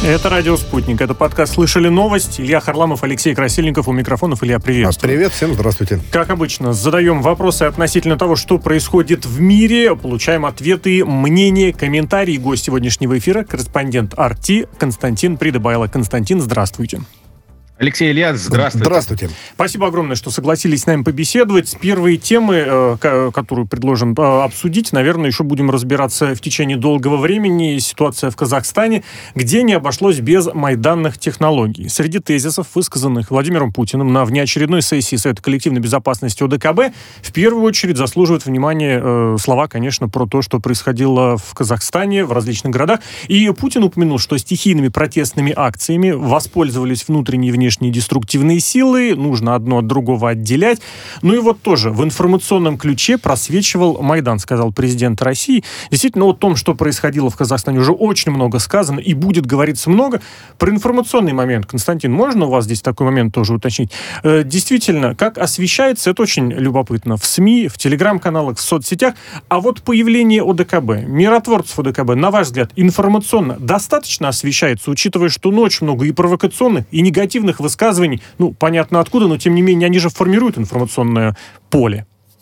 Это «Радио Спутник». Это подкаст «Слышали новость». Илья Харламов, Алексей Красильников у микрофонов. Илья, привет. Привет, всем здравствуйте. Как обычно, задаем вопросы относительно того, что происходит в мире. Получаем ответы, мнения, комментарии. Гость сегодняшнего эфира — корреспондент RT Константин Придыбайло. Константин, здравствуйте. Алексей, Илья, здравствуйте. Здравствуйте. Спасибо огромное, что согласились с нами побеседовать. Первые темы, которую предложим обсудить, наверное, еще будем разбираться в течение долгого времени. Ситуация в Казахстане, где не обошлось без майданных технологий. Среди тезисов, высказанных Владимиром Путиным на внеочередной сессии Совета коллективной безопасности ОДКБ, в первую очередь заслуживают внимания слова, конечно, про то, что происходило в Казахстане, в различных городах. И Путин упомянул, что стихийными протестными акциями воспользовались внутренние и внешние деструктивные силы, нужно одно от другого отделять. Ну и вот тоже в информационном ключе просвечивал Майдан, сказал президент России. Действительно, о том, что происходило в Казахстане, уже очень много сказано и будет говориться много. Про информационный момент, Константин, можно у вас здесь такой момент тоже уточнить? Действительно, как освещается, это очень любопытно. В СМИ, в телеграм-каналах, в соцсетях. А вот появление ОДКБ, миротворцев ОДКБ, на ваш взгляд, информационно достаточно освещается, учитывая, что очень много и провокационных, и негативных высказываний, ну, понятно откуда, но, тем не менее, они же формируют информационное поле.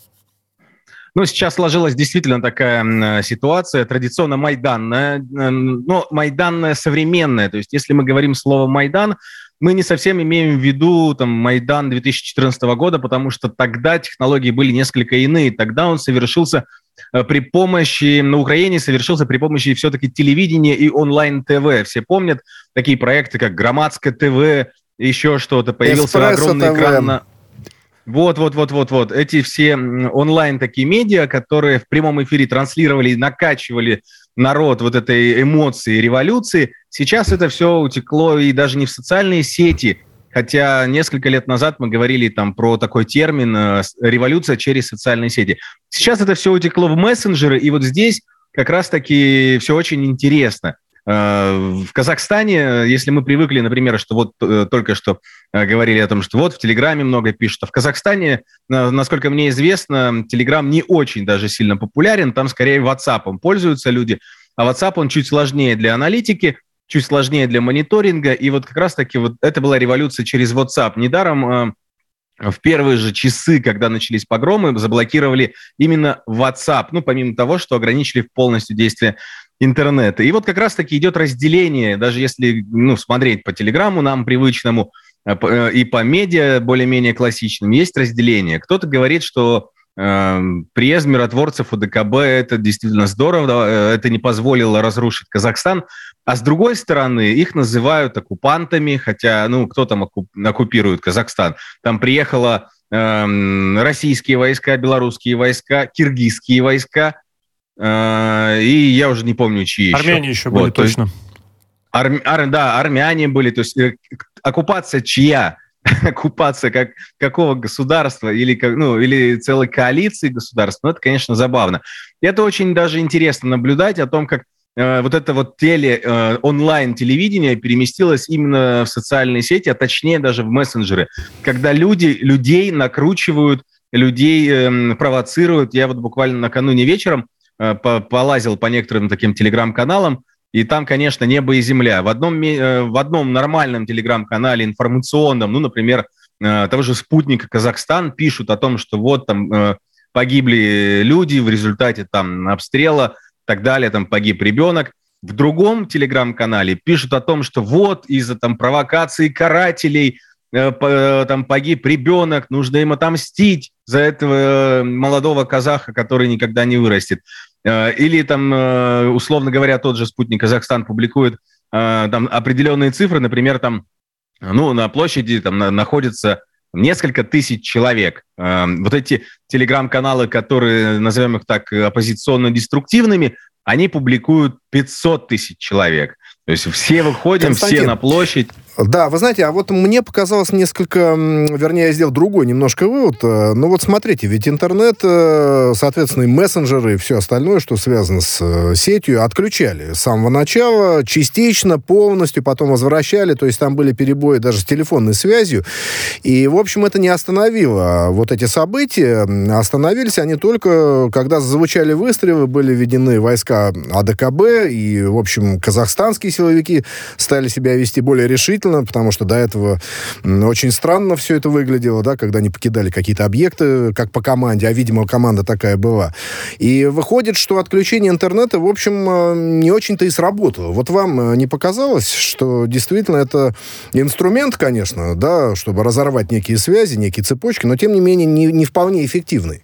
Ну, сейчас сложилась действительно такая ситуация, традиционно майданная, но майданная современная. То есть, если мы говорим слово «Майдан», мы не совсем имеем в виду там, Майдан 2014 года, потому что тогда технологии были несколько иные. Тогда он совершился при помощи, на Украине совершился при помощи все-таки телевидения и онлайн-ТВ. Все помнят такие проекты, как «Громадское ТВ», еще что-то. Появился Эспрессо огромный ТВ. экран. Вот. Эти все онлайн такие медиа, которые в прямом эфире транслировали и накачивали народ вот этой эмоции революции, сейчас это все утекло и даже не в социальные сети, хотя несколько лет назад мы говорили там про такой термин «революция через социальные сети». Сейчас это все утекло в мессенджеры, и вот здесь как раз-таки все очень интересно. В Казахстане, если мы привыкли, например, что вот только что говорили о том, что вот в Телеграме много пишут, а в Казахстане, насколько мне известно, Телеграм не очень даже сильно популярен, там скорее WhatsApp пользуются люди, а WhatsApp он чуть сложнее для аналитики, чуть сложнее для мониторинга, и вот как раз-таки вот это была революция через WhatsApp. Недаром в первые же часы, когда начались погромы, заблокировали именно WhatsApp, ну, помимо того, что ограничили полностью действие интернета. И вот как раз-таки идет разделение, даже если смотреть по Телеграму нам привычному и по медиа более-менее классичным, есть разделение. Кто-то говорит, что приезд миротворцев ОДКБ – это действительно здорово, это не позволило разрушить Казахстан. А с другой стороны, их называют оккупантами, хотя, кто там оккупирует Казахстан? Там приехало российские войска, белорусские войска, киргизские войска, и я уже не помню, чьи еще. Армяне еще были, точно. Армяне были. То есть оккупация чья? Оккупация какого государства или целой коалиции государств? Это, конечно, забавно. И это очень даже интересно наблюдать о том, как вот это вот онлайн-телевидение переместилось именно в социальные сети, а точнее даже в мессенджеры, когда людей накручивают, людей провоцируют. Я вот буквально накануне вечером полазил по некоторым таким телеграм-каналам, и там, конечно, небо и земля. В одном нормальном телеграм-канале информационном, например, того же «Спутника Казахстан», пишут о том, что вот там погибли люди в результате там обстрела, так далее, там погиб ребенок. В другом телеграм-канале пишут о том, что вот из-за там провокации карателей там погиб ребенок, нужно им отомстить за этого молодого казаха, который никогда не вырастет. Или там, условно говоря, тот же «Спутник Казахстан» публикует там определенные цифры, например, там, на площади там находится несколько тысяч человек. Вот эти телеграм-каналы, которые, назовем их так, оппозиционно-деструктивными, они публикуют 500 тысяч человек. То есть все выходим, все на площадь. Да, вы знаете, а вот мне показалось вернее, я сделал другой немножко вывод. Ну вот смотрите, ведь интернет, соответственно, и мессенджеры, и все остальное, что связано с сетью, отключали с самого начала, частично, полностью, потом возвращали, то есть там были перебои даже с телефонной связью. И, в общем, это не остановило вот эти события. Остановились они только, когда звучали выстрелы, были введены войска АДКБ, и, в общем, казахстанские силовики стали себя вести более решительно, потому что до этого очень странно все это выглядело, да, когда они покидали какие-то объекты, как по команде, а, видимо, команда такая была. И выходит, что отключение интернета, в общем, не очень-то и сработало. Вот вам не показалось, что действительно это инструмент, конечно, да, чтобы разорвать некие связи, некие цепочки, но, тем не менее, не вполне эффективный?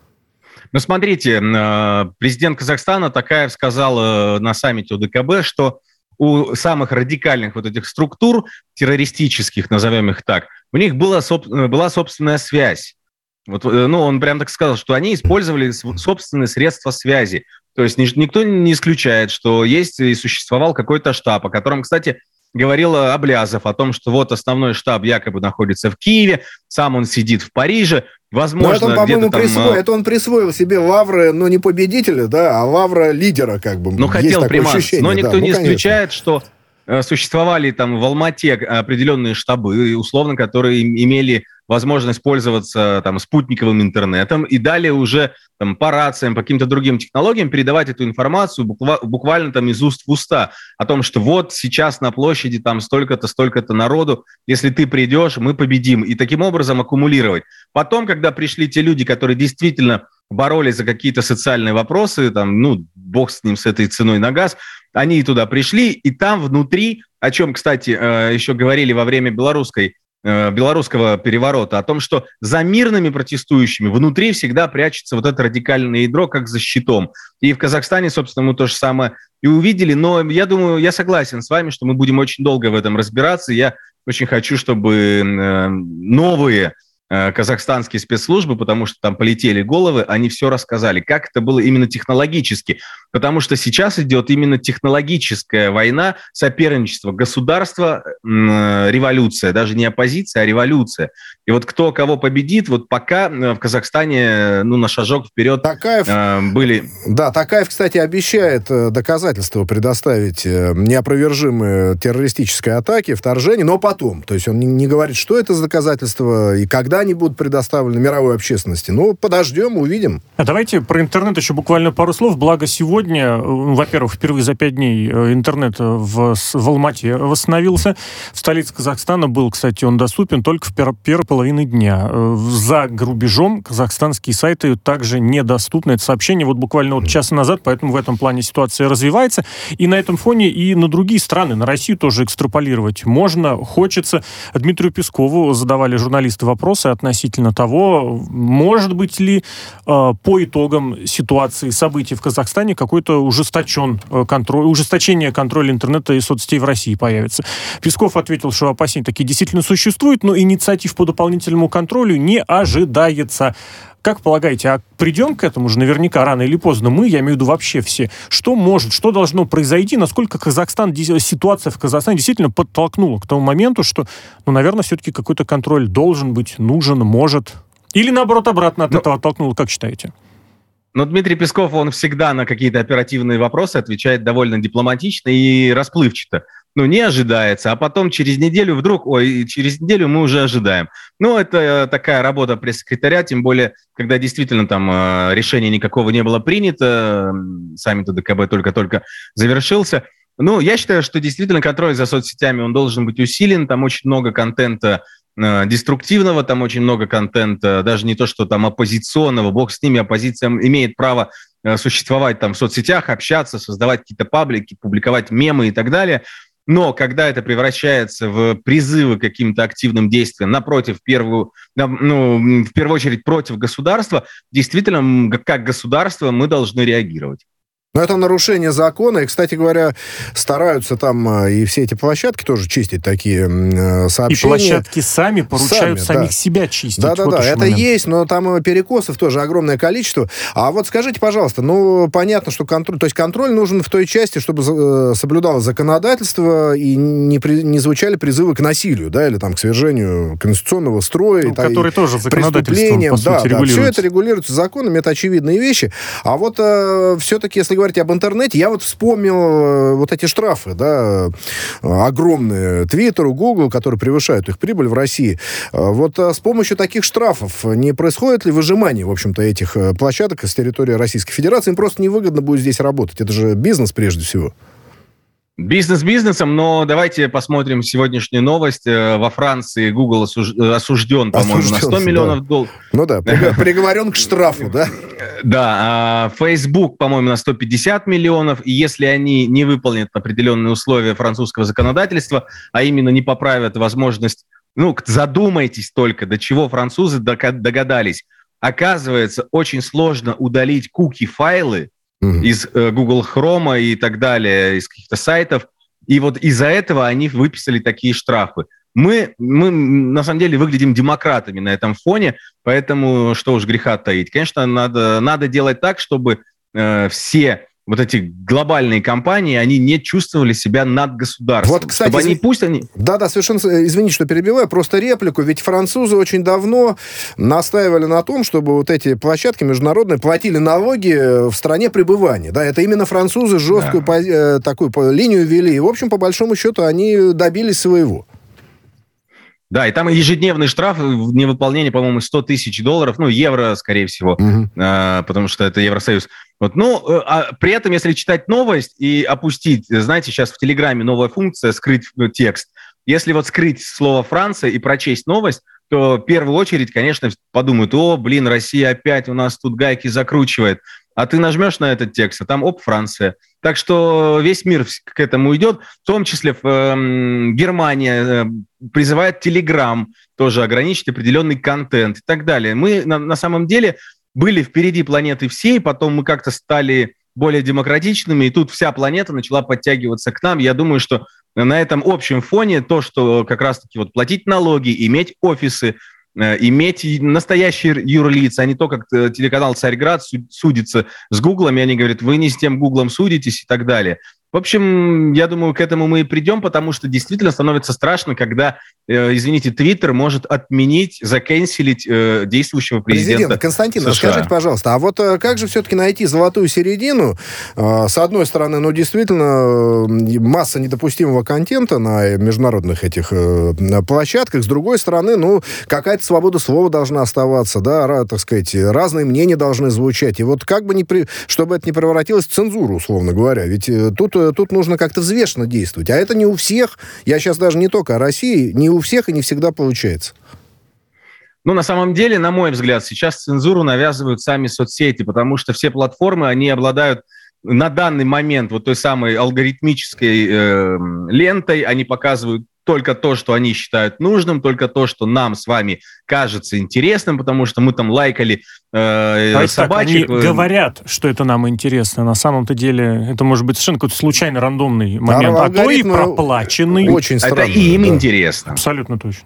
Ну, смотрите, президент Казахстана Токаев сказал на саммите ОДКБ, что у самых радикальных вот этих структур, террористических, назовем их так, у них была собственная связь. Вот, ну, он прям так сказал, что они использовали собственные средства связи. То есть никто не исключает, что есть и существовал какой-то штаб, о котором, кстати, говорил Аблязов, о том, что вот основной штаб якобы находится в Киеве, сам он сидит в Париже. Возможно, это он, по-моему, это он присвоил себе лавры, ну, не победителя, да, а лавра лидера, как бы. Ну, хотел приманиться, но никто не исключает, что существовали там в Алмате определенные штабы, условно, которые имели возможность пользоваться там спутниковым интернетом и далее уже там по рациям, по каким-то другим технологиям передавать эту информацию буквально там из уст в уста о том, что вот сейчас на площади там столько-то, столько-то народу, если ты придешь, мы победим. И таким образом аккумулировать. Потом, когда пришли те люди, которые действительно боролись за какие-то социальные вопросы, там, ну, бог с ним, с этой ценой на газ, они туда пришли, и там внутри, о чем, кстати, еще говорили во время белорусского переворота, о том, что за мирными протестующими внутри всегда прячется вот это радикальное ядро, как за щитом. И в Казахстане, собственно, мы то же самое и увидели. Но я думаю, я согласен с вами, что мы будем очень долго в этом разбираться. Я очень хочу, чтобы новые казахстанские спецслужбы, потому что там полетели головы, они все рассказали, как это было именно технологически. Потому что сейчас идет именно технологическая война, соперничество государства, революция. Даже не оппозиция, а революция. И вот кто кого победит, вот пока в Казахстане на шажок вперед были. Да, Токаев, кстати, обещает доказательства предоставить неопровержимые террористической атаки, вторжения, но потом. То есть он не говорит, что это за доказательства и когда они будут предоставлены мировой общественности. Ну, подождем, увидим. Давайте про интернет еще буквально пару слов. Благо сегодня, во-первых, впервые за 5 дней интернет в Алмате восстановился. В столице Казахстана был, кстати, он доступен только в первой половине дня. За рубежом казахстанские сайты также недоступны. Это сообщение вот буквально от часа назад, поэтому в этом плане ситуация развивается. И на этом фоне и на другие страны, на Россию тоже экстраполировать можно, хочется. Дмитрию Пескову задавали журналисты вопросы относительно того, может быть ли по итогам ситуации, событий в Казахстане какой-то ужесточение контроля интернета и соцсетей в России появится. Песков ответил, что опасения такие действительно существуют, но инициатив по дополнительному контролю не ожидается. Как полагаете, а придем к этому же наверняка рано или поздно мы, я имею в виду вообще все, что должно произойти, насколько ситуация в Казахстане действительно подтолкнула к тому моменту, что, наверное, все-таки какой-то контроль должен быть, нужен, может, или наоборот обратно от этого оттолкнуло, как считаете? Но Дмитрий Песков, он всегда на какие-то оперативные вопросы отвечает довольно дипломатично и расплывчато. Не ожидается, а потом через неделю через неделю мы уже ожидаем. Это такая работа пресс-секретаря, тем более, когда действительно там решения никакого не было принято, саммит ОДКБ только-только завершился. Я считаю, что действительно контроль за соцсетями, он должен быть усилен, там очень много контента деструктивного, там очень много контента, даже не то, что там оппозиционного, бог с ними, оппозиция имеет право существовать там в соцсетях, общаться, создавать какие-то паблики, публиковать мемы и так далее. Но когда это превращается в призывы к каким-то активным действиям, в первую очередь против государства, действительно, как государство мы должны реагировать. Но это нарушение закона, и, кстати говоря, стараются там и все эти площадки тоже чистить такие сообщения. И площадки сами поручают самих себя чистить. Да-да-да, это момент есть, но там перекосов тоже огромное количество. А вот скажите, пожалуйста, понятно, что контроль нужен в той части, чтобы соблюдалось законодательство и не звучали призывы к насилию, да, или там к свержению конституционного строя. Который тоже законодательством, по сути, регулируется. Все это регулируется законами, это очевидные вещи. А вот все-таки, если говорить об интернете, я вот вспомнил вот эти штрафы, да, огромные Твиттеру, Гуглу, которые превышают их прибыль в России. Вот с помощью таких штрафов не происходит ли выжимание, в общем-то, этих площадок с территории Российской Федерации? Им просто невыгодно будет здесь работать. Это же бизнес прежде всего. Бизнес бизнесом, но давайте посмотрим сегодняшнюю новость. Во Франции Google осужден, по-моему, на 100 миллионов долларов. Ну да, приговорен к штрафу, да? Да, Facebook, по-моему, на 150 миллионов. И если они не выполнят определенные условия французского законодательства, а именно не поправят возможность... задумайтесь только, до чего французы догадались. Оказывается, очень сложно удалить куки-файлы из Google Chrome и так далее, из каких-то сайтов. И вот из-за этого они выписали такие штрафы. Мы на самом деле выглядим демократами на этом фоне, поэтому что уж греха таить. Конечно, надо делать так, чтобы все вот эти глобальные компании, они не чувствовали себя над государством. Вот, кстати, Да, совершенно, извините, что перебиваю, просто реплику. Ведь французы очень давно настаивали на том, чтобы вот эти площадки международные платили налоги в стране пребывания. Да, это именно французы жесткую такую линию вели. И, в общем, по большому счету, они добились своего. Да, и там ежедневный штраф в невыполнении, по-моему, $100 тысяч, евро, скорее всего, потому что это Евросоюз. А при этом, если читать новость и опустить, знаете, сейчас в Телеграме новая функция «скрыть текст». Если скрыть слово «Франция» и прочесть новость, то в первую очередь, конечно, подумают: Россия опять у нас тут гайки закручивает. А ты нажмешь на этот текст, а там Франция. Так что весь мир к этому идет, в том числе Германия призывает Telegram тоже ограничить определенный контент и так далее. Мы на самом деле были впереди планеты всей, потом мы как-то стали более демократичными, и тут вся планета начала подтягиваться к нам. Я думаю, что на этом общем фоне то, что как раз-таки платить налоги, иметь офисы, иметь настоящие юрлица, а не то, как телеканал «Царьград» судится с Гуглом, и они говорят: вы не с тем Гуглом судитесь и так далее. В общем, я думаю, к этому мы и придем, потому что действительно становится страшно, когда, Твиттер может отменить, закэнселить действующего президента. Константин, США. Скажите, пожалуйста, а вот как же все-таки найти золотую середину? С одной стороны, действительно, масса недопустимого контента на международных этих площадках, с другой стороны, какая-то свобода слова должна оставаться, да, так сказать, разные мнения должны звучать. И вот как бы чтобы это не превратилось в цензуру, условно говоря, ведь тут нужно как-то взвешенно действовать. А это не у всех, я сейчас даже не только о России, не у всех и не всегда получается. На самом деле, на мой взгляд, сейчас цензуру навязывают сами соцсети, потому что все платформы, они обладают на данный момент той самой алгоритмической лентой, они показывают только то, что они считают нужным, только то, что нам с вами кажется интересным, потому что мы там лайкали собачек. Они говорят, что это нам интересно. На самом-то деле это может быть совершенно какой-то случайно рандомный момент, а то и проплаченный. Очень странно. Это им интересно. Абсолютно точно.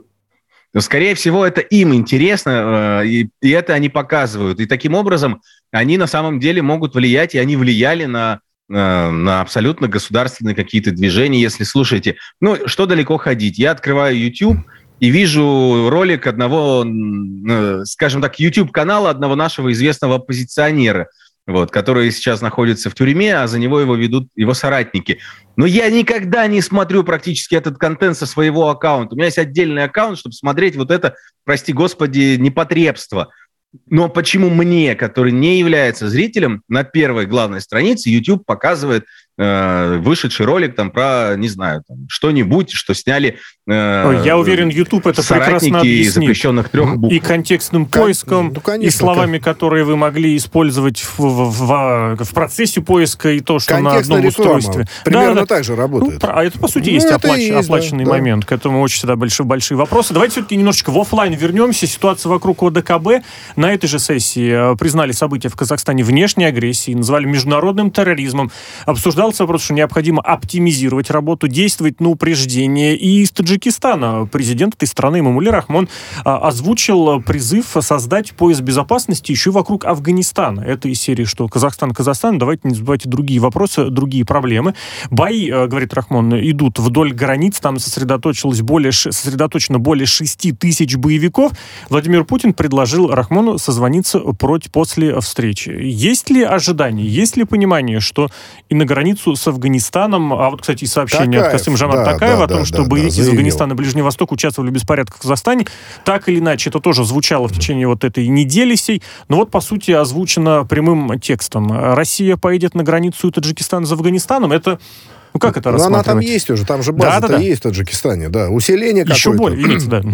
Скорее всего, это им интересно, и это они показывают. И таким образом они на самом деле могут влиять, и они влияли на абсолютно государственные какие-то движения. Если слушаете, что далеко ходить? Я открываю YouTube и вижу ролик одного, скажем так, YouTube-канала одного нашего известного оппозиционера, который сейчас находится в тюрьме, а за него его ведут его соратники. Но я никогда не смотрю практически этот контент со своего аккаунта. У меня есть отдельный аккаунт, чтобы смотреть это, прости господи, непотребство. Но почему мне, который не является зрителем, на первой главной странице YouTube показывает вышедший ролик там про, не знаю, там, что-нибудь, что сняли я уверен, YouTube это прекрасно объяснит. Запрещенных 3 букв. И контекстным поиском, и словами, которые вы могли использовать в процессе поиска, и то, что на одном устройстве. Примерно так же работает. А это, по сути, есть оплаченный момент. К этому очень всегда большие вопросы. Давайте все-таки немножечко в офлайн вернемся. Ситуация вокруг ОДКБ. На этой же сессии признали события в Казахстане внешней агрессией, назвали международным терроризмом. Обсуждался вопрос, что необходимо оптимизировать работу, действовать на упреждение. И из Таджикистана президент этой страны Эмомали Рахмон озвучил призыв создать пояс безопасности еще и вокруг Афганистана. Это из серии, что Казахстан, давайте не забывайте другие вопросы, другие проблемы. Бои, говорит Рахмон, идут вдоль границ, там сосредоточено более 6 тысяч боевиков. Владимир Путин предложил Рахмону созвониться после встречи. Есть ли ожидание, есть ли понимание, что и на границу с Афганистаном, а вот, кстати, сообщение от Касым-Жомарта Такаева о том, что боевики из Афганистана и Ближний Восток участвовали в беспорядках в Казахстане, так или иначе, это тоже звучало в течение вот этой недели сей, но вот, по сути, озвучено прямым текстом. Россия поедет на границу Таджикистана с Афганистаном, это... Ну, как это рассматривать? Она там есть уже, там же база-то есть в Таджикистане, да. Усиление какое-то. Еще более, видите, да.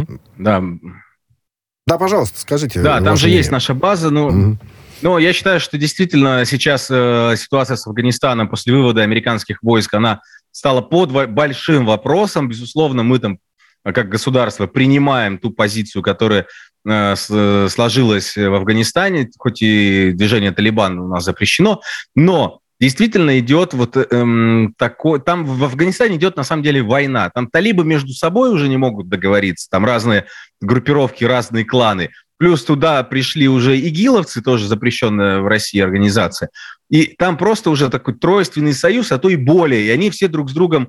Да, пожалуйста, скажите. Да, там же есть наша база, но я считаю, что действительно сейчас ситуация с Афганистаном после вывода американских войск, она стала под большим вопросом. Безусловно, мы там, как государство, принимаем ту позицию, которая сложилась в Афганистане, хоть и движение «Талибан» у нас запрещено, но действительно идет там в Афганистане идет на самом деле война. Там талибы между собой уже не могут договориться, там разные группировки, разные кланы. Плюс туда пришли уже игиловцы, тоже запрещенная в России организация. И там просто уже такой тройственный союз, а то и более. И они все друг с другом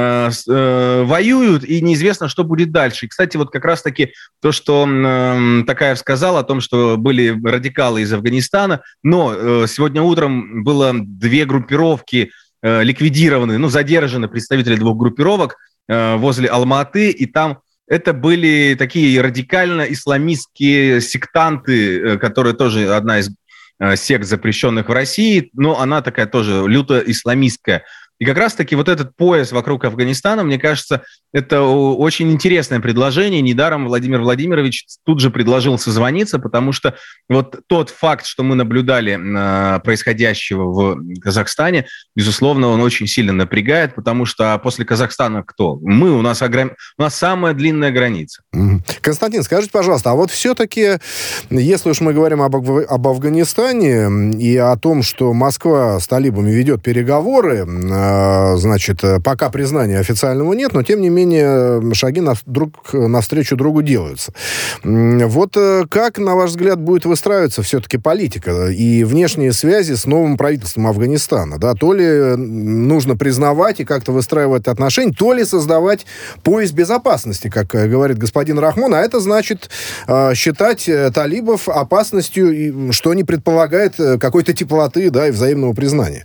воюют, и неизвестно, что будет дальше. И, кстати, вот как раз-таки то, что Такаев сказал о том, что были радикалы из Афганистана, но сегодня утром было 2 группировки ликвидированы, задержаны представители 2 группировок возле Алматы, и там это были такие радикально-исламистские сектанты, которые тоже одна из сект, запрещенных в России, но она такая тоже люто-исламистская. И как раз-таки вот этот пояс вокруг Афганистана, мне кажется, это очень интересное предложение. Недаром Владимир Владимирович тут же предложил созвониться, потому что вот тот факт, что мы наблюдали происходящего в Казахстане, безусловно, он очень сильно напрягает, потому что после Казахстана кто? У нас самая длинная граница. Константин, скажите, пожалуйста, а вот все-таки, если уж мы говорим об Афганистане и о том, что Москва с талибами ведет переговоры, значит, пока признания официального нет, но, тем не менее, шаги навстречу другу делаются. Вот как, на ваш взгляд, будет выстраиваться все-таки политика и внешние связи с новым правительством Афганистана? Да? То ли нужно признавать и как-то выстраивать отношения, то ли создавать пояс безопасности, как говорит господин Рахмон, а это значит считать талибов опасностью, что не предполагает какой-то теплоты, да, и взаимного признания.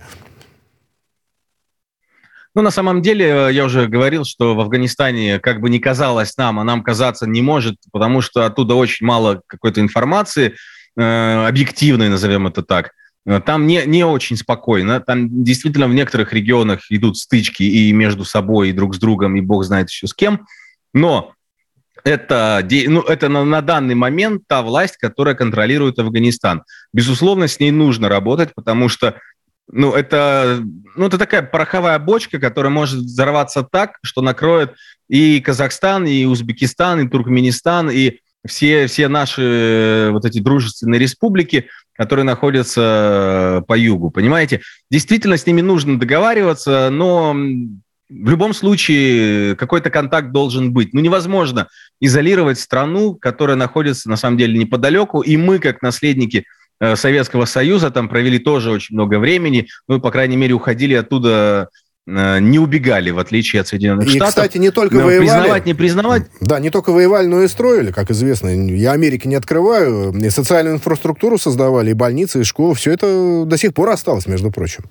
На самом деле, я уже говорил, что в Афганистане, как бы ни казалось нам, а нам казаться не может, потому что оттуда очень мало какой-то информации, объективной, назовем это так. Там не очень спокойно. Там действительно в некоторых регионах идут стычки и между собой, и друг с другом, и бог знает еще с кем. Но это на данный момент та власть, которая контролирует Афганистан. Безусловно, с ней нужно работать, потому что это такая пороховая бочка, которая может взорваться так, что накроет и Казахстан, и Узбекистан, и Туркменистан, и все наши вот эти дружественные республики, которые находятся по югу, понимаете? Действительно, с ними нужно договариваться, но в любом случае какой-то контакт должен быть. Невозможно изолировать страну, которая находится, на самом деле, неподалеку, и мы, как наследники Советского Союза, там провели тоже очень много времени, по крайней мере, уходили оттуда, не убегали, в отличие от Соединенных Штатов. И, кстати, не только воевали. Признавать, не признавать. Да, не только воевали, но и строили, как известно. Я Америки не открываю, и социальную инфраструктуру создавали, и больницы, и школы. Все это до сих пор осталось, между прочим.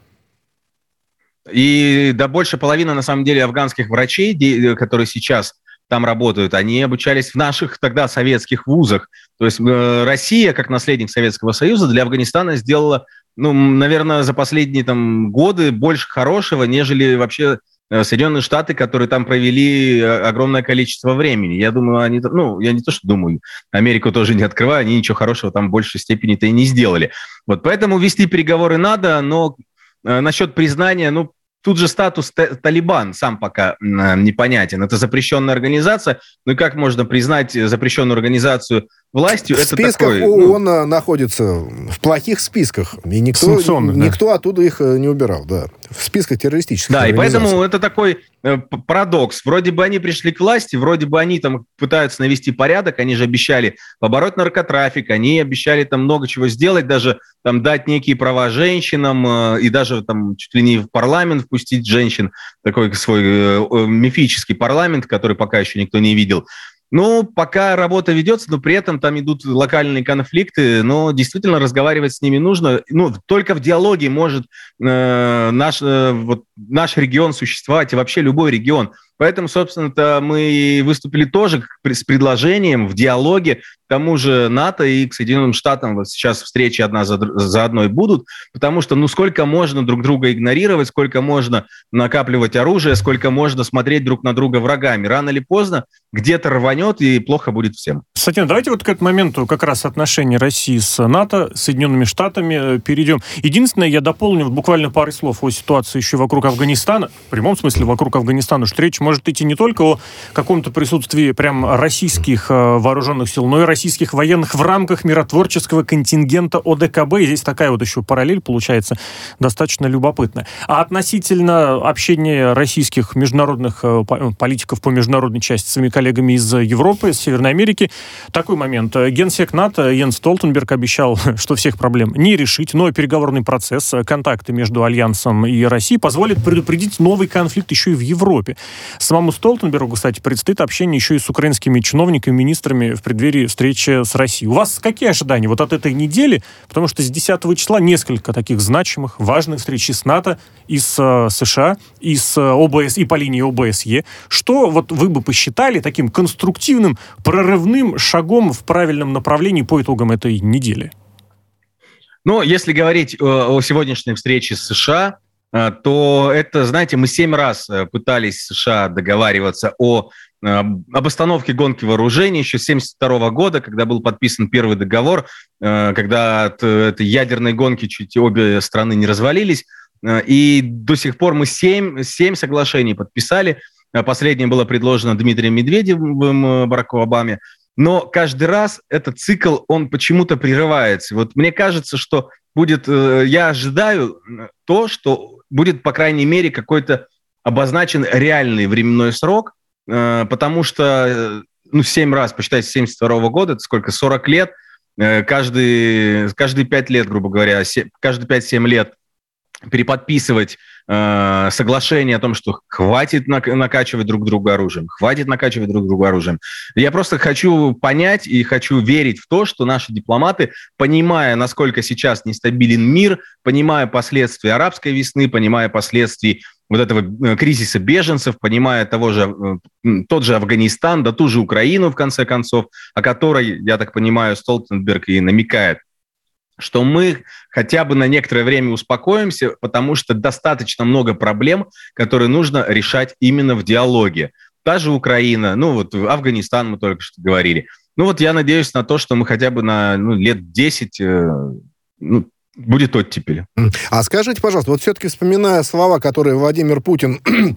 И больше половины, на самом деле, афганских врачей, которые сейчас там работают, они обучались в наших тогда советских вузах. То есть Россия, как наследник Советского Союза, для Афганистана сделала наверное, за последние годы больше хорошего, нежели вообще Соединенные Штаты, которые там провели огромное количество времени. Я думаю, я не то, что думаю, Америку тоже не открываю, они ничего хорошего там в большей степени-то и не сделали. Вот поэтому вести переговоры надо, но насчет признания, тут же статус Талибан сам пока непонятен. Это запрещенная организация. И как можно признать запрещенную организацию властью? В списках ООН находится в плохих списках. И никто оттуда их не убирал, да. В списках террористических организаций. Да, и поэтому это такой парадокс. Вроде бы они пришли к власти, вроде бы они пытаются навести порядок, они же обещали побороть наркотрафик, они обещали много чего сделать, даже дать некие права женщинам и даже чуть ли не в парламент впустить женщин, такой свой мифический парламент, который пока еще никто не видел. Пока работа ведется, но при этом там идут локальные конфликты, но действительно разговаривать с ними нужно. Только в диалоге может наш регион существовать, и вообще любой регион. Поэтому, собственно-то, мы выступили тоже с предложением в диалоге к тому же НАТО и к Соединенным Штатам. Сейчас встречи одна за одной будут, потому что сколько можно друг друга игнорировать, сколько можно накапливать оружие, сколько можно смотреть друг на друга врагами. Рано или поздно где-то рванет, и плохо будет всем. Сатин, давайте к этому моменту как раз отношения России с НАТО, с Соединенными Штатами перейдем. Единственное, я дополню буквально парой слов о ситуации еще вокруг Афганистана, в прямом смысле вокруг Афганистана, что речь может идти не только о каком-то присутствии прям российских вооруженных сил, но и российских военных в рамках миротворческого контингента ОДКБ. И здесь такая еще параллель получается достаточно любопытная. А относительно общения российских международных политиков по международной части с своими коллегами из Европы, из Северной Америки, такой момент. Генсек НАТО Йенс Столтенберг обещал, что всех проблем не решить, но переговорный процесс, контакты между Альянсом и Россией позволит предупредить новый конфликт еще и в Европе. Самому Столтенбергу, кстати, предстоит общение еще и с украинскими чиновниками, министрами в преддверии встречи с Россией. У вас какие ожидания от этой недели? Потому что с 10 числа несколько таких значимых, важных встреч и с НАТО, и с США, и с ОБС, и по линии ОБСЕ. Что вы бы посчитали таким конструктивным, прорывным шагом в правильном направлении по итогам этой недели? Если говорить о сегодняшней встрече с США, то это, знаете, мы 7 раз пытались с США договариваться об остановке гонки вооружений еще с 1972 года, когда был подписан первый договор, когда от этой ядерной гонки чуть обе страны не развалились. И до сих пор мы 7 соглашений подписали. Последнее было предложено Дмитрием Медведевым, Бараку Обаме. Но каждый раз этот цикл, он почему-то прерывается. Мне кажется, что я ожидаю то, что будет, по крайней мере, какой-то обозначен реальный временной срок, потому что 7 раз, посчитайте, с 1972 года, это сколько, 40 лет, каждые 5 лет, грубо говоря, каждые 5-7 лет переподписывать соглашение о том, что хватит накачивать друг друга оружием, Я просто хочу понять и хочу верить в то, что наши дипломаты, понимая, насколько сейчас нестабилен мир, понимая последствия арабской весны, понимая последствия этого кризиса беженцев, понимая тот же Афганистан, да ту же Украину, в конце концов, о которой, я так понимаю, Столтенберг и намекает, что мы хотя бы на некоторое время успокоимся, потому что достаточно много проблем, которые нужно решать именно в диалоге. Та же Украина, Афганистан мы только что говорили. Я надеюсь на то, что мы хотя бы на лет 10 будет оттепель. А скажите, пожалуйста, все-таки вспоминая слова, которые Владимир Путин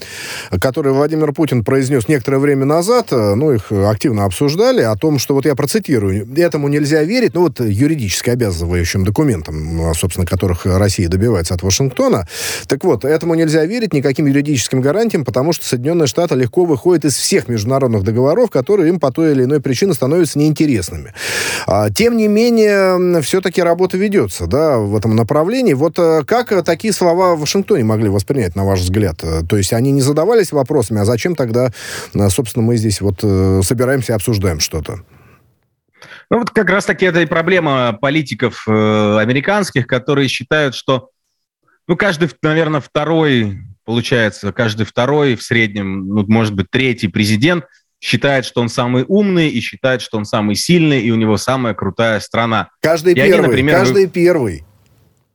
произнес некоторое время назад, их активно обсуждали, о том, что, я процитирую, этому нельзя верить, юридически обязывающим документам, собственно, которых Россия добивается от Вашингтона. Так вот, этому нельзя верить никаким юридическим гарантиям, потому что Соединенные Штаты легко выходят из всех международных договоров, которые им по той или иной причине становятся неинтересными. Тем не менее, все-таки работа ведется, в этом направлении. Как такие слова в Вашингтоне могли воспринять, на ваш взгляд? То есть они не задавались вопросами, а зачем тогда, собственно, мы здесь собираемся и обсуждаем что-то? Как раз-таки это и проблема политиков американских, которые считают, что каждый, наверное, второй в среднем, может быть, третий президент считает, что он самый умный, и считает, что он самый сильный, и у него самая крутая страна. Каждый первый.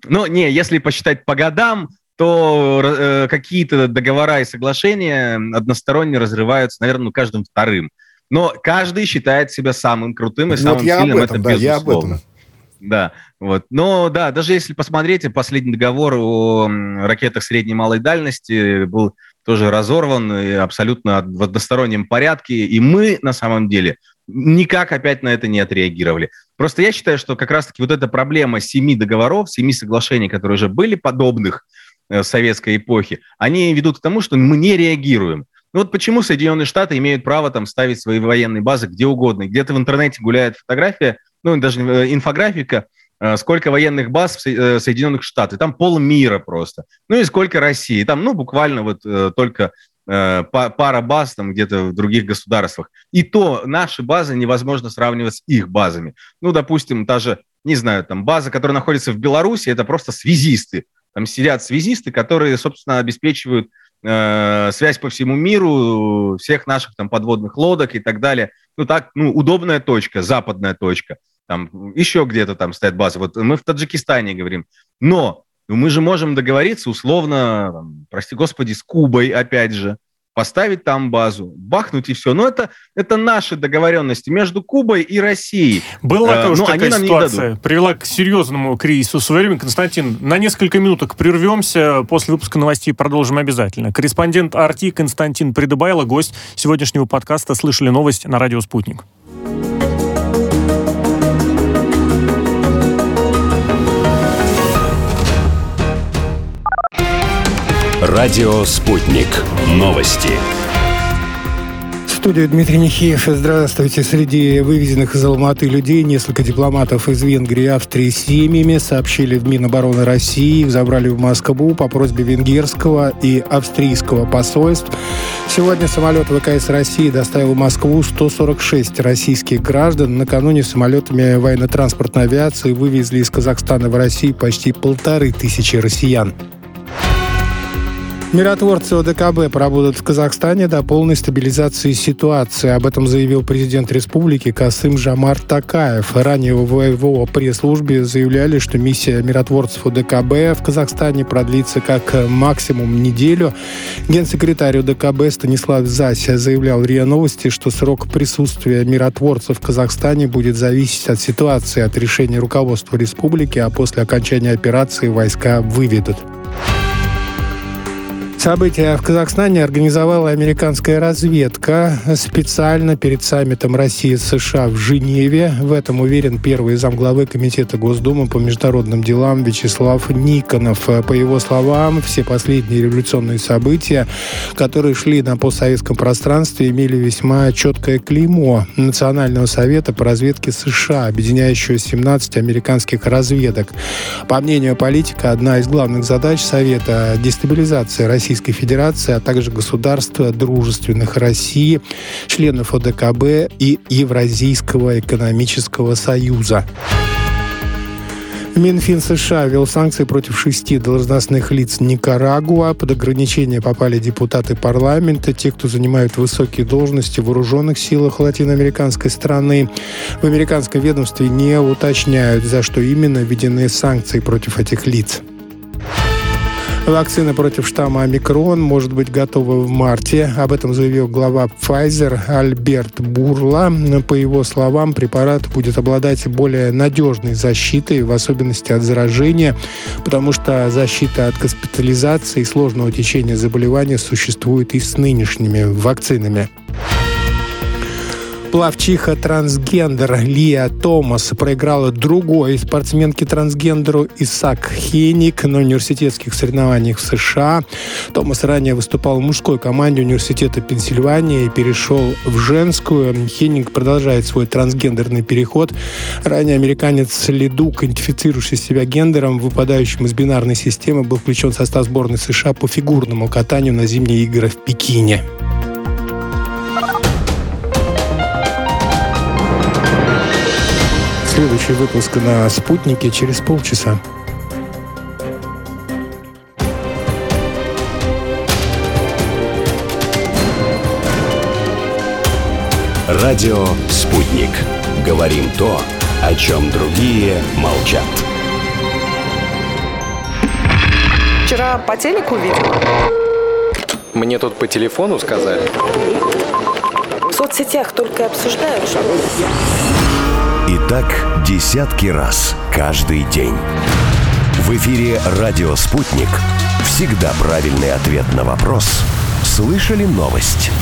Но если посчитать по годам, то какие-то договора и соглашения односторонне разрываются, наверное, каждым вторым. Но каждый считает себя самым крутым и самым сильным, это безусловно. Я об этом. Да, вот. Но да, даже если посмотреть, последний договор о ракетах средней и малой дальности был тоже разорван и абсолютно в одностороннем порядке, и мы на самом деле никак опять на это не отреагировали. Просто я считаю, что как раз-таки вот эта проблема 7 договоров, 7 соглашений, которые уже были подобных в советской эпохе, они ведут к тому, что мы не реагируем. Ну вот почему Соединенные Штаты имеют право там ставить свои военные базы где угодно. Где-то в интернете гуляет фотография, даже инфографика, сколько военных баз в Соединенных Штатах. Там полмира просто. И сколько России. Там, буквально вот только пара баз там где-то в других государствах. И то наши базы невозможно сравнивать с их базами. Допустим, та же, не знаю, там база, которая находится в Беларуси, это просто связисты. Там сидят связисты, которые, собственно, обеспечивают связь по всему миру, всех наших там подводных лодок и так далее. Удобная точка, западная точка. Там еще где-то там стоят базы. Вот мы в Таджикистане говорим. Но мы же можем договориться условно, прости господи, с Кубой, опять же, поставить там базу, бахнуть и все. Но это наши договоренности между Кубой и Россией. Была тоже такая ситуация, привела к серьезному кризису в свое время. Константин, на несколько минуток прервемся, после выпуска новостей продолжим обязательно. Корреспондент АРТИ Константин Придыбайло, гость сегодняшнего подкаста «Слышали новость» на радио «Спутник». Радио «Спутник». Новости. В студии Дмитрий Нехеев. Здравствуйте. Среди вывезенных из Алматы людей несколько дипломатов из Венгрии и Австрии с семьями сообщили в Минобороны России. Их забрали в Москву по просьбе венгерского и австрийского посольств. Сегодня самолет ВКС России доставил в Москву 146 российских граждан. Накануне самолетами военно-транспортной авиации вывезли из Казахстана в Россию почти 1500 россиян. Миротворцы ОДКБ пробудут в Казахстане до полной стабилизации ситуации. Об этом заявил президент республики Касым-Жомарт Токаев. Ранее в его пресс-службе заявляли, что миссия миротворцев ОДКБ в Казахстане продлится как максимум неделю. Генсекретарь ОДКБ Станислав Зась заявлял в РИА Новости, что срок присутствия миротворцев в Казахстане будет зависеть от ситуации, от решения руководства республики, а после окончания операции войска выведут. События в Казахстане организовала американская разведка специально перед саммитом России и США в Женеве. В этом уверен первый замглавы Комитета Госдумы по международным делам Вячеслав Никонов. По его словам, все последние революционные события, которые шли на постсоветском пространстве, имели весьма четкое клеймо Национального совета по разведке США, объединяющего 17 американских разведок. По мнению политика, одна из главных задач Совета – дестабилизация Российской Федерации, а также государств, дружественных России, членов ОДКБ и Евразийского экономического союза. Минфин США ввел санкции против 6 должностных лиц Никарагуа. Под ограничения попали депутаты парламента, те, кто занимают высокие должности в вооруженных силах латиноамериканской страны. В американском ведомстве не уточняют, за что именно введены санкции против этих лиц. Вакцина против штамма омикрон может быть готова в марте. Об этом заявил глава Pfizer Альберт Бурла. По его словам, препарат будет обладать более надежной защитой, в особенности от заражения, потому что защита от госпитализации и сложного течения заболевания существует и с нынешними вакцинами. Пловчиха-трансгендер Лия Томас проиграла другой спортсменке-трансгендеру Исаак Хеник на университетских соревнованиях в США. Томас ранее выступал в мужской команде университета Пенсильвании и перешел в женскую. Хеник продолжает свой трансгендерный переход. Ранее американец Ледук, идентифицирующий себя гендером, выпадающим из бинарной системы, был включен в состав сборной США по фигурному катанию на зимние игры в Пекине. Следующий выпуск на «Спутнике» через полчаса. Радио «Спутник». Говорим то, о чем другие молчат. Вчера по телеку видела. Мне тут по телефону сказали. В соцсетях только обсуждают, что... И так десятки раз каждый день. В эфире «Радио Спутник». Всегда правильный ответ на вопрос. Слышали новость?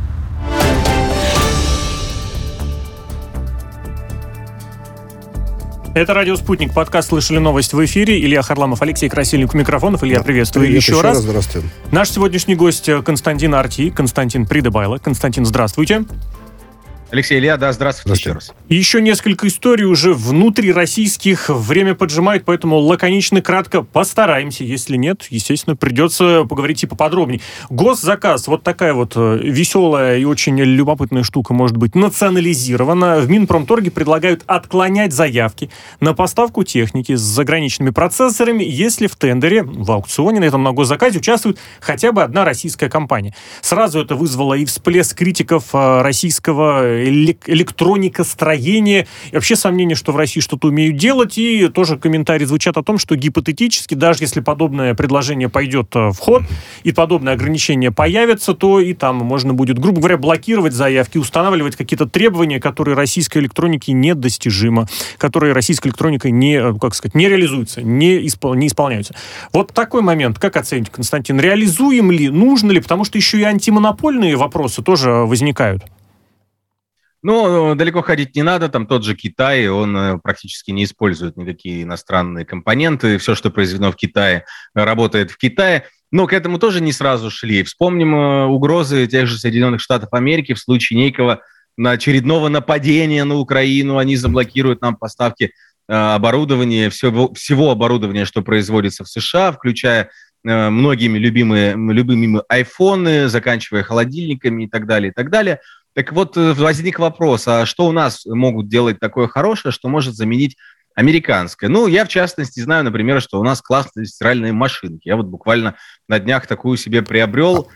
Это «Радио Спутник», подкаст «Слышали новость» в эфире. Илья Харламов, Алексей Красильник у микрофонов. Илья, приветствую еще раз. Здравствуйте. Наш сегодняшний гость Константин Арти, Константин Придыбайло. Константин, здравствуйте. Алексей, Илья, да, здравствуйте еще раз. И еще несколько историй уже внутрироссийских. Время поджимает, поэтому лаконично, кратко постараемся. Если нет, естественно, придется поговорить и поподробнее. Госзаказ, вот такая вот веселая и очень любопытная штука, может быть национализирована. В Минпромторге предлагают отклонять заявки на поставку техники с заграничными процессорами, если в тендере, в аукционе на этом на госзаказе участвует хотя бы одна российская компания. Сразу это вызвало и всплеск критиков российского электроникостроения, и вообще сомнение, что в России что-то умеют делать, и тоже комментарии звучат о том, что гипотетически, даже если подобное предложение пойдет в ход, и подобное ограничение появится, то и там можно будет, грубо говоря, блокировать заявки, устанавливать какие-то требования, которые российской электронике недостижимы, которые российской электроникой не, как сказать, не реализуются, не исполняются. Вот такой момент, как оцените, Константин, реализуем ли, нужно ли, потому что еще и антимонопольные вопросы тоже возникают. Ну, далеко ходить не надо, там тот же Китай, он практически не использует никакие иностранные компоненты, все, что произведено в Китае, работает в Китае, но к этому тоже не сразу шли. Вспомним угрозы тех же Соединенных Штатов Америки в случае некого очередного нападения на Украину, они заблокируют нам поставки оборудования, всего оборудования, что производится в США, включая многими любимыми айфоны, заканчивая холодильниками и так далее, и так далее. Так вот, возник вопрос, а что у нас могут делать такое хорошее, что может заменить американское? Ну, я, в частности, знаю, например, что у нас классные стиральные машинки. Я вот буквально на днях такую себе приобрел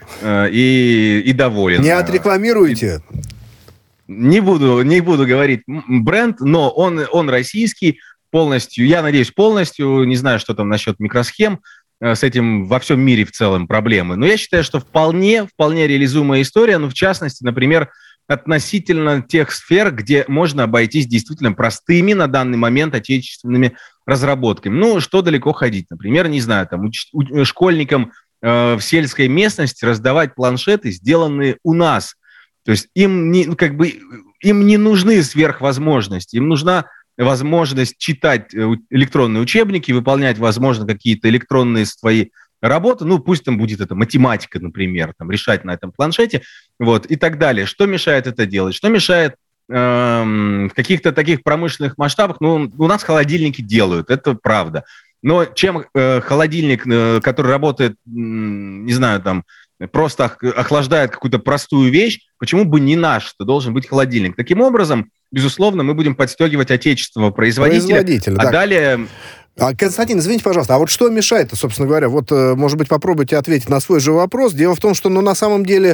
и доволен. Не отрекламируйте. Не буду говорить бренд, но он российский полностью, я надеюсь, полностью. Не знаю, что там насчет микросхем. С этим во всем мире в целом проблемы. Но я считаю, что вполне реализуемая история, ну, в частности, например, относительно тех сфер, где можно обойтись действительно простыми на данный момент отечественными разработками. Ну, что далеко ходить? Например, не знаю, там, школьникам в сельской местности раздавать планшеты, сделанные у нас. То есть им не нужны сверхвозможности, им нужна возможность читать электронные учебники, выполнять, возможно, какие-то электронные свои работы, ну, пусть там будет это математика, например, там, решать на этом планшете, вот, и так далее. Что мешает это делать? Что мешает в каких-то таких промышленных масштабах? Ну, у нас холодильники делают, это правда. Но чем холодильник, который работает, не знаю, там, просто охлаждает какую-то простую вещь, почему бы не наш, что должен быть холодильник? Таким образом, безусловно, мы будем подстегивать отечественного производителя, а далее... Константин, извините, пожалуйста, а вот что мешает, собственно говоря? Вот, может быть, попробуйте ответить на свой же вопрос. Дело в том, что, на самом деле,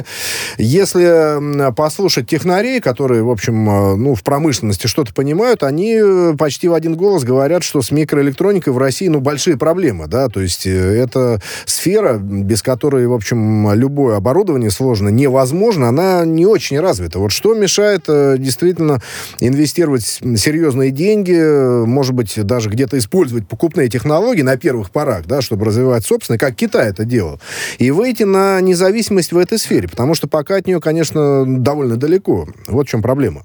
если послушать технарей, которые, в общем, в промышленности что-то понимают, они почти в один голос говорят, что с микроэлектроникой в России, большие проблемы, да, то есть это сфера, без которой, в общем, любое оборудование сложно невозможно, она не очень развита. Вот что мешает действительно инвестировать серьезные деньги, может быть, даже где-то использовать покупные технологии на первых порах, да, чтобы развивать собственное, как Китай это делал, и выйти на независимость в этой сфере, потому что пока от нее, конечно, довольно далеко. Вот в чем проблема.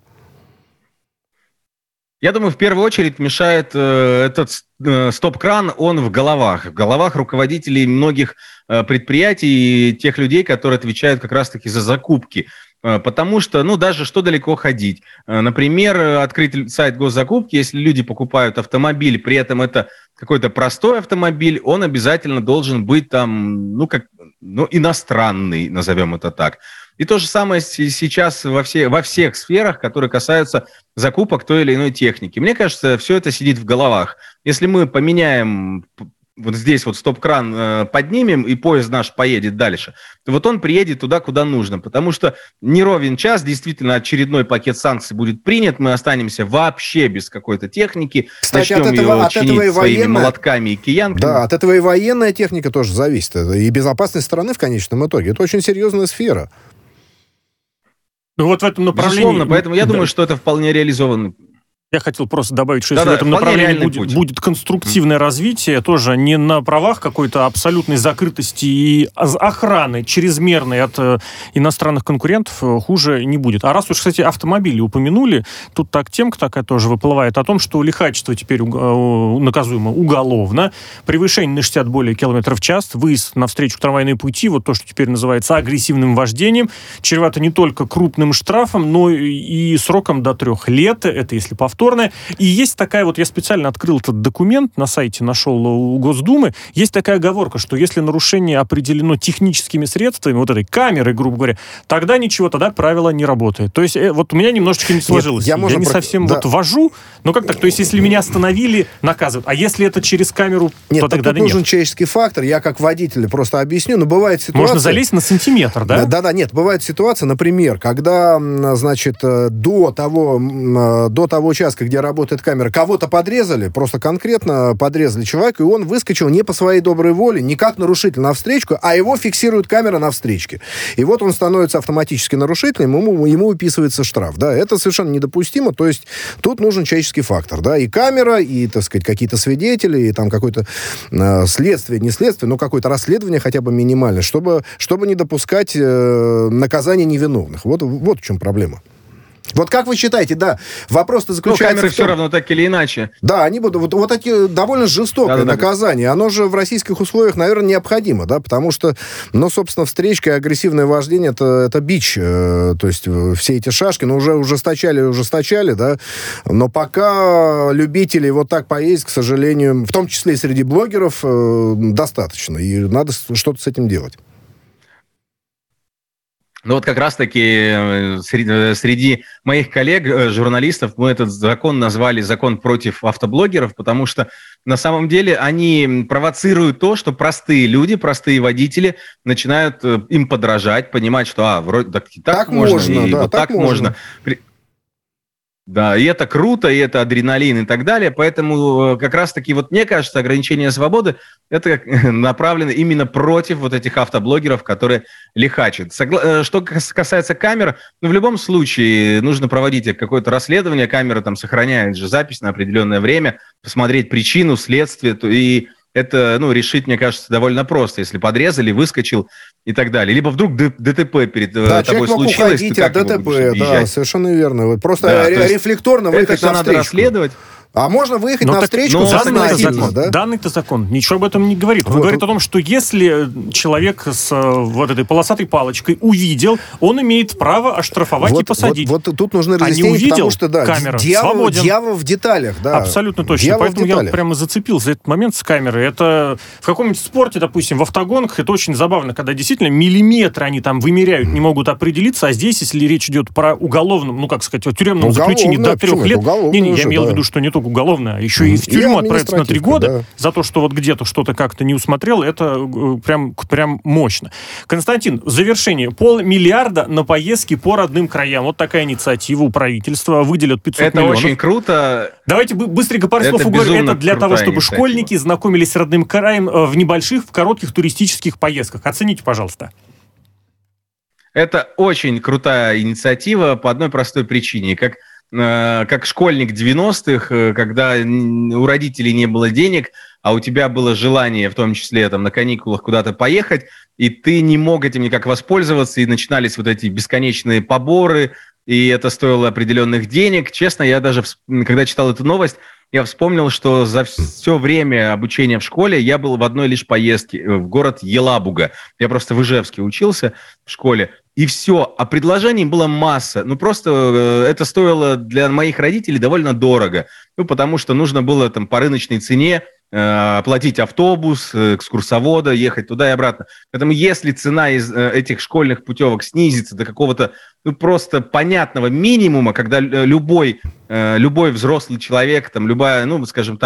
Я думаю, в первую очередь мешает этот стоп-кран, он в головах руководителей многих предприятий и тех людей, которые отвечают как раз-таки за закупки. Потому что, даже что далеко ходить. Например, открыть сайт госзакупки, если люди покупают автомобиль, при этом это какой-то простой автомобиль, он обязательно должен быть там, иностранный, назовем это так. И то же самое сейчас во всех сферах, которые касаются закупок той или иной техники. Мне кажется, все это сидит в головах. Если мы поменяем вот здесь вот стоп-кран поднимем, и поезд наш поедет дальше, то вот он приедет туда, куда нужно. Потому что не ровен час, действительно, очередной пакет санкций будет принят, мы останемся вообще без какой-то техники. Кстати, начнем ее чинить своими военная... молотками и киянками. Да, от этого и военная техника тоже зависит. И безопасность страны в конечном итоге. Это очень серьезная сфера. Ну вот в этом направлении... Безусловно, поэтому я думаю, что это вполне реализовано. Я хотел просто добавить, что если в этом направлении будет конструктивное развитие, тоже не на правах какой-то абсолютной закрытости и охраны чрезмерной от иностранных конкурентов, хуже не будет. А раз уж, кстати, автомобили упомянули, тут темка такая тоже выплывает о том, что лихачество теперь наказуемо уголовно, превышение на 60 более километров в час, выезд навстречу трамвайные пути, вот то, что теперь называется агрессивным вождением, чревато не только крупным штрафом, но и сроком до 3 лет, это если повторно. И есть такая вот, я специально открыл этот документ, на сайте нашел у Госдумы, есть такая оговорка, что если нарушение определено техническими средствами, вот этой камерой, грубо говоря, тогда ничего, тогда правило не работает. То есть вот у меня немножечко не сложилось. Я не совсем вожу, но как так? То есть если меня остановили, наказывают. А если это через камеру, то тогда нет. Нет, нужен человеческий фактор. Я как водитель просто объясню, но бывает ситуация... Можно залезть на сантиметр, да? Да, нет, бывает ситуация, например, когда, значит, до того участка, где работает камера, кого-то подрезали, просто конкретно подрезали человека, и он выскочил не по своей доброй воле, не как нарушитель на встречку, а его фиксирует камера на встречке. И вот он становится автоматически нарушителем, ему выписывается штраф. Да, это совершенно недопустимо, то есть тут нужен человеческий фактор. Да, и камера, и, так сказать, какие-то свидетели, и там какое-то следствие, не следствие, но какое-то расследование хотя бы минимальное, чтобы не допускать наказания невиновных. Вот в чем проблема. Вот как вы считаете, да, вопрос-то заключается камеры в том, все равно так или иначе. Да, они будут, вот эти довольно жестокое наказание, оно же в российских условиях, наверное, необходимо, да, потому что, собственно, встречка и агрессивное вождение, это бич, то есть все эти шашки, уже ужесточали, да, но пока любителей вот так поездить, к сожалению, в том числе и среди блогеров, достаточно, и надо что-то с этим делать. Ну вот как раз-таки среди моих коллег, журналистов, мы этот закон назвали «Закон против автоблогеров», потому что на самом деле они провоцируют то, что простые люди, простые водители начинают им подражать, понимать, что вроде так можно, и вот так можно. Да, и это круто, и это адреналин и так далее, поэтому как раз-таки, вот мне кажется, ограничение свободы это направлено именно против вот этих автоблогеров, которые лихачат. Что касается камер, в любом случае нужно проводить какое-то расследование, камера там сохраняет же запись на определенное время, посмотреть причину, следствие, и это, решить, мне кажется, довольно просто, если подрезали, выскочил и так далее. Либо вдруг ДТП перед тобой случилось, ты как от ДТП, да, совершенно верно. Просто рефлекторно выехать навстречу. Это надо расследовать. А можно выехать навстречу сознательно, да? Данный-то закон ничего об этом не говорит. Он говорит о том, что если человек с вот этой полосатой палочкой увидел, он имеет право оштрафовать и посадить. Вот тут нужны разъяснения, потому что, да, дьявол в деталях, да. Абсолютно точно. Поэтому я прямо зацепился за этот момент с камерой. Это в каком-нибудь спорте, допустим, в автогонках, это очень забавно, когда действительно миллиметры они там вымеряют, не могут определиться, а здесь, если речь идет про уголовном, тюремном заключении до 3 лет, я имел в виду, что не только уголовное, а еще и в тюрьму отправиться на 3 года за то, что вот где-то что-то как-то не усмотрел, это прям мощно. Константин, в завершение. 500 миллиарда на поездки по родным краям. Вот такая инициатива у правительства. Выделят 500 миллионов. Это очень круто. Давайте быстренько пару слов уговорим. Это для того, чтобы школьники знакомились с родным краем в небольших, в коротких туристических поездках. Оцените, пожалуйста. Это очень крутая инициатива по одной простой причине. Как школьник 90-х, когда у родителей не было денег, а у тебя было желание, в том числе на каникулах куда-то поехать, и ты не мог этим никак воспользоваться, и начинались вот эти бесконечные поборы, и это стоило определенных денег. Честно, я даже, когда читал эту новость, я вспомнил, что за все время обучения в школе я был в одной лишь поездке в город Елабуга. Я просто в Ижевске учился в школе. И все. А предложений было масса. Просто это стоило для моих родителей довольно дорого. Потому что нужно было по рыночной цене оплатить автобус, экскурсовода, ехать туда и обратно. Поэтому если цена из этих школьных путевок снизится до какого-то просто понятного минимума, когда любой взрослый человек, любая, скажем так,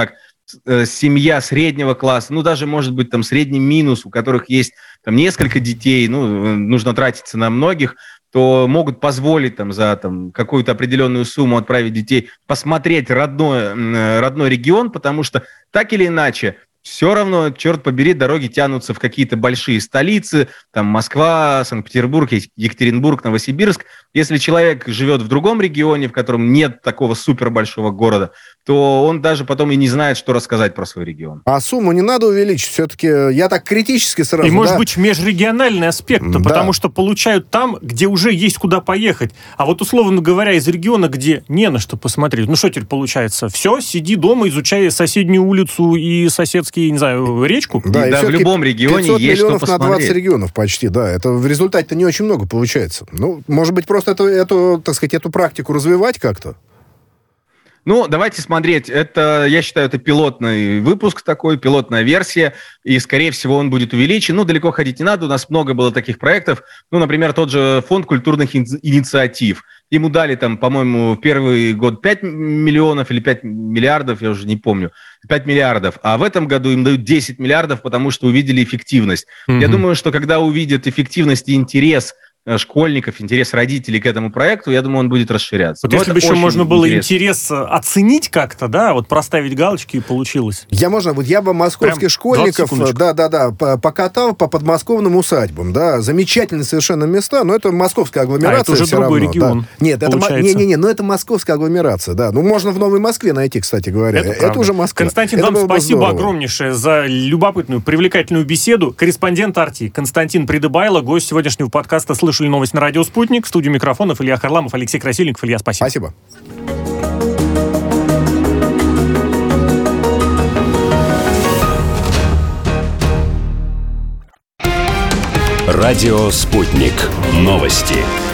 семья среднего класса, ну, даже, может быть, там, средний минус, у которых есть там несколько детей, ну, нужно тратиться на многих, то могут позволить там за там какую-то определенную сумму отправить детей посмотреть родной регион, потому что так или иначе все равно, черт побери, дороги тянутся в какие-то большие столицы, там Москва, Санкт-Петербург, Екатеринбург, Новосибирск. Если человек живет в другом регионе, в котором нет такого супербольшого города, то он даже потом и не знает, что рассказать про свой регион. А сумму не надо увеличить. Все-таки я так критически сразу... И, может быть, межрегиональный аспект, потому что получают там, где уже есть куда поехать. А вот, условно говоря, из региона, где не на что посмотреть, ну что теперь получается? Все, сиди дома, изучай соседнюю улицу и соседские, не знаю, речку. Да, и в любом регионе есть что посмотреть. 500 миллионов на 20 регионов почти, да. Это в результате-то не очень много получается. Ну, может быть, просто эту, так сказать, эту практику развивать как-то? Ну, давайте смотреть. Это, я считаю, это пилотный выпуск такой, пилотная версия, и, скорее всего, он будет увеличен. Ну, далеко ходить не надо, у нас много было таких проектов. Ну, например, тот же фонд культурных инициатив. Ему дали там, по-моему, в первый год 5 миллионов или 5 миллиардов, я уже не помню, 5 миллиардов. А в этом году им дают 10 миллиардов, потому что увидели эффективность. Я думаю, что когда увидят эффективность и интерес школьников, интерес родителей к этому проекту, я думаю, он будет расширяться. Вот если бы еще можно было интерес оценить как-то, да, вот проставить галочки, и получилось. Я бы московских прям школьников, покатал по подмосковным усадьбам, да, замечательные совершенно места, но это московская агломерация. Это уже все другой равно, регион. Да. Нет, это московская агломерация, да. Ну, можно в Новой Москве найти, кстати говоря. Это уже Москва. Константин, вам спасибо огромнейшее за любопытную, привлекательную беседу. Корреспондент Арти Константин Придыбайло, гость сегодняшнего подкаста «Слышали новость» на радио «Спутник». В студии микрофонов Илья Харламов, Алексей Красильников. Илья, спасибо. Спасибо. Радио «Спутник». Новости.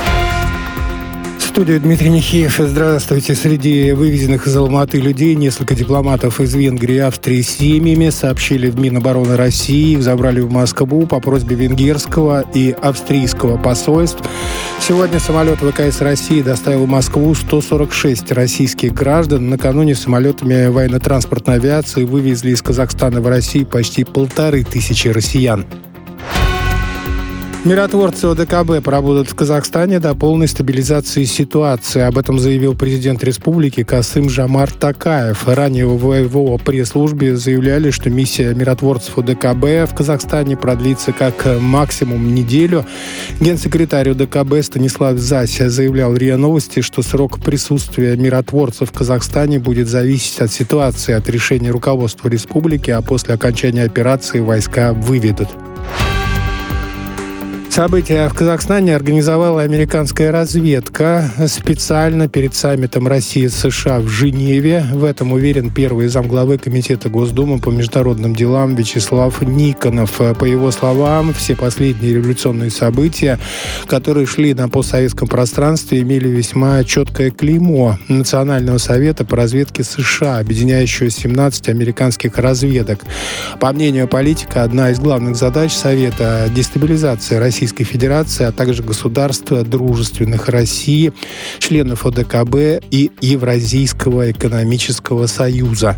В студии Дмитрий Нихеев. Здравствуйте. Среди вывезенных из Алматы людей несколько дипломатов из Венгрии и Австрии с семьями сообщили в Минобороны России. Их забрали в Москву по просьбе венгерского и австрийского посольств. Сегодня самолет ВКС России доставил в Москву 146 российских граждан. Накануне самолетами военно-транспортной авиации вывезли из Казахстана в Россию почти 1500 россиян. Миротворцы ОДКБ поработают в Казахстане до полной стабилизации ситуации. Об этом заявил президент республики Касым-Жомарт Токаев. Ранее в его пресс-службе заявляли, что миссия миротворцев ОДКБ в Казахстане продлится как максимум неделю. Генсекретарь ОДКБ Станислав Зась заявлял в РИА Новости, что срок присутствия миротворцев в Казахстане будет зависеть от ситуации, от решения руководства республики, а после окончания операции войска выведут. События в Казахстане организовала американская разведка специально перед саммитом России и США в Женеве. В этом уверен первый замглавы Комитета Госдумы по международным делам Вячеслав Никонов. По его словам, все последние революционные события, которые шли на постсоветском пространстве, имели весьма четкое клеймо Национального совета по разведке США, объединяющего 17 американских разведок. По мнению политика, одна из главных задач Совета – дестабилизация Российской Федерации, а также государств, дружественных России, членов ОДКБ и Евразийского экономического союза.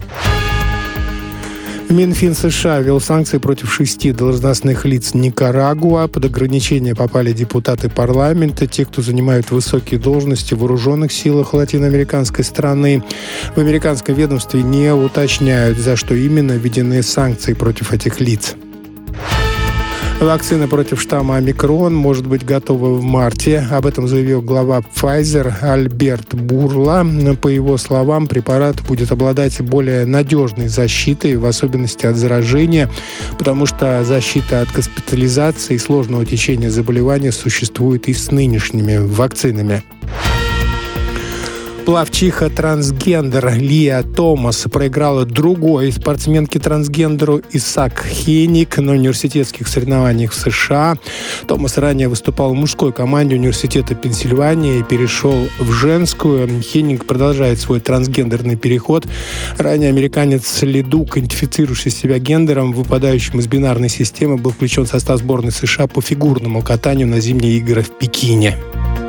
Минфин США ввел санкции против 6 должностных лиц Никарагуа. Под ограничения попали депутаты парламента, те, кто занимают высокие должности в вооруженных силах латиноамериканской страны. В американском ведомстве не уточняют, за что именно введены санкции против этих лиц. Вакцина против штамма омикрон может быть готова в марте. Об этом заявил глава Pfizer Альберт Бурла. По его словам, препарат будет обладать более надежной защитой, в особенности от заражения, потому что защита от госпитализации и сложного течения заболевания существует и с нынешними вакцинами. Пловчиха-трансгендер Лия Томас проиграла другой спортсменке-трансгендеру Исаак Хеник на университетских соревнованиях в США. Томас ранее выступал в мужской команде университета Пенсильвании и перешел в женскую. Хеник продолжает свой трансгендерный переход. Ранее американец Ледук, идентифицирующий себя гендером, выпадающим из бинарной системы, был включен в состав сборной США по фигурному катанию на зимние игры в Пекине.